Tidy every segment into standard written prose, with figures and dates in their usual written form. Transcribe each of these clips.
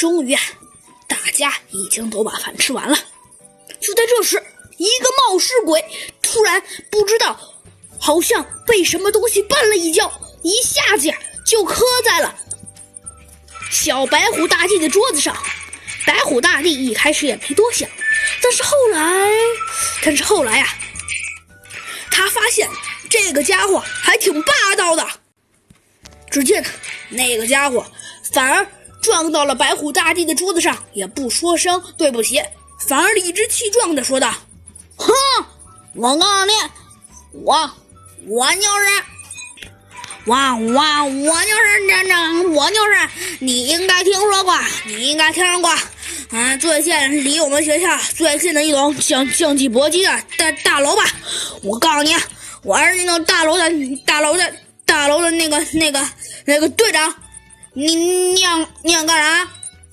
终于大家已经都把饭吃完了。就在这时，一个冒失鬼突然不知道好像被什么东西绊了一跤，一下子就磕在了小白虎大帝的桌子上。白虎大帝一开始也没多想，但是后来他发现这个家伙还挺霸道的。只见那个家伙反而撞到了白虎大帝的桌子上，也不说声对不起，反而理直气壮地说道：“哼，我告诉你，我就是你应该听说过，最近离我们学校最近的一栋竞技搏击的大楼吧。我告诉你，我是那栋大楼的那个队长。你想干啥？”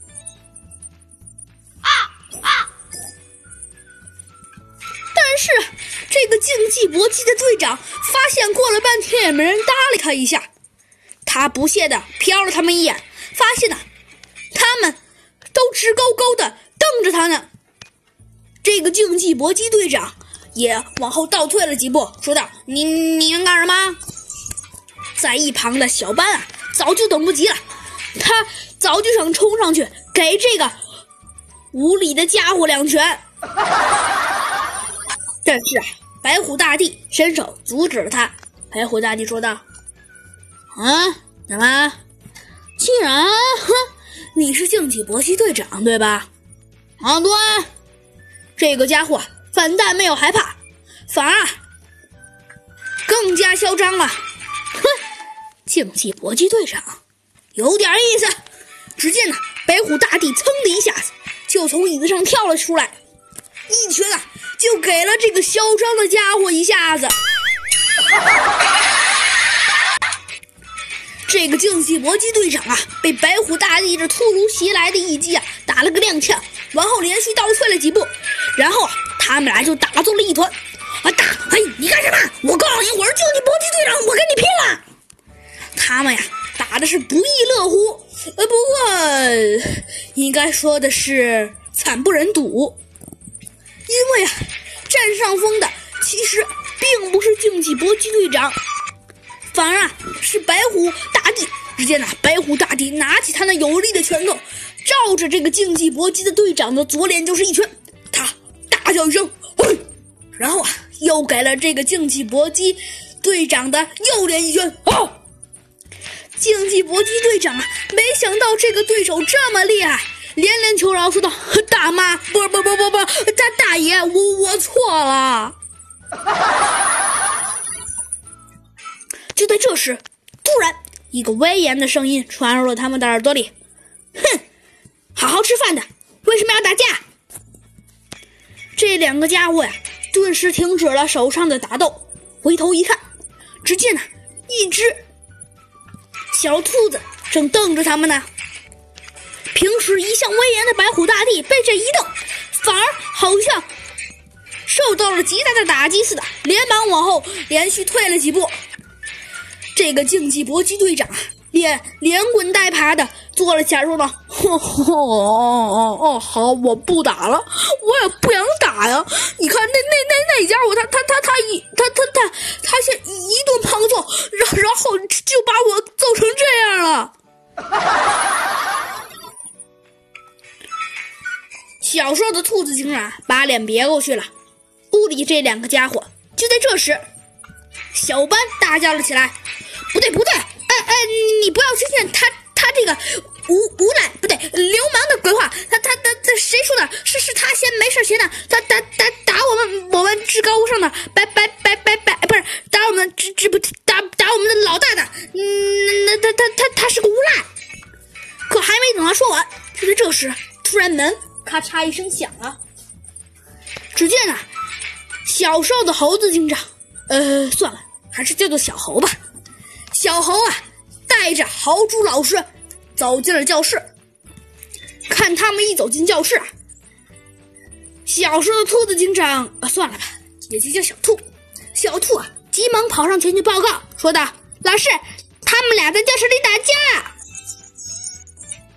但是这个竞技搏击的队长发现过了半天也没人搭理他一下，他不屑地瞟了他们一眼，发现他们都直勾勾地瞪着他呢。这个竞技搏击队长也往后倒退了几步，说道：“你想干什么？”在一旁的小班早就等不及了，他早就想冲上去给这个无理的家伙2拳。但是白虎大帝伸手阻止了他。白虎大帝说道：“怎么？既然你是竞技搏击队长对吧？对。”这个家伙反倒没有害怕，反而更加嚣张了。竞技搏击队长有点意思。只见白虎大帝噌的一下子就从椅子上跳了出来，一拳就给了这个嚣张的家伙一下子。这个竞技搏击队长被白虎大帝这突如其来的一击打了个踉跄，往后连续倒退了几步，然后他们俩就打作了一团。你干什么？我告诉你，我是竞技搏击队长，我跟你拼了！他们打的是不亦乐乎，不过应该说的是惨不忍睹。因为占上风的其实并不是竞技搏击队长，反而是白虎大帝。只见白虎大帝拿起他那有力的拳头，照着这个竞技搏击的队长的左脸就是一拳。他大叫一声，然后又给了这个竞技搏击队长的右脸一拳。竞技搏击队长没想到这个对手这么厉害，连连求饶说道：“大妈，不，大爷，我错了。”就在这时，突然一个威严的声音传入了他们的耳朵里：“哼，好好吃饭的，为什么要打架？”这2个家伙顿时停止了手上的打斗，回头一看，只见一只小兔子正瞪着他们呢。平时一向威严的白虎大帝被这一瞪，反而好像受到了极大的打击似的，连忙往后连续退了几步。这个竞技搏击队长连滚带爬的坐了起来，说道：“好，我不打了，我也不想打呀。你看那家伙，他先一顿胖揍，然后就把我揍成这样了。”小时候的兔子警长把脸别过去了，不理这2个家伙。就在这时，小班大叫了起来：“不对，你不要听见他这个无赖不对流氓的鬼话，他谁说的？是他先没事闲的，他打我们至高无上的不是打我们打我们的老大的，他是个无赖。”可还没等他说完，就在这时，突然门咔嚓一声响了。只见小时候的猴子警长，算了，还是叫做小猴吧。小猴带着豪猪老师走进了教室。看他们一走进教室小时候的兔子警长算了吧，也就叫小兔。小兔急忙跑上前去报告，说道：“老师，他们俩在教室里打架。”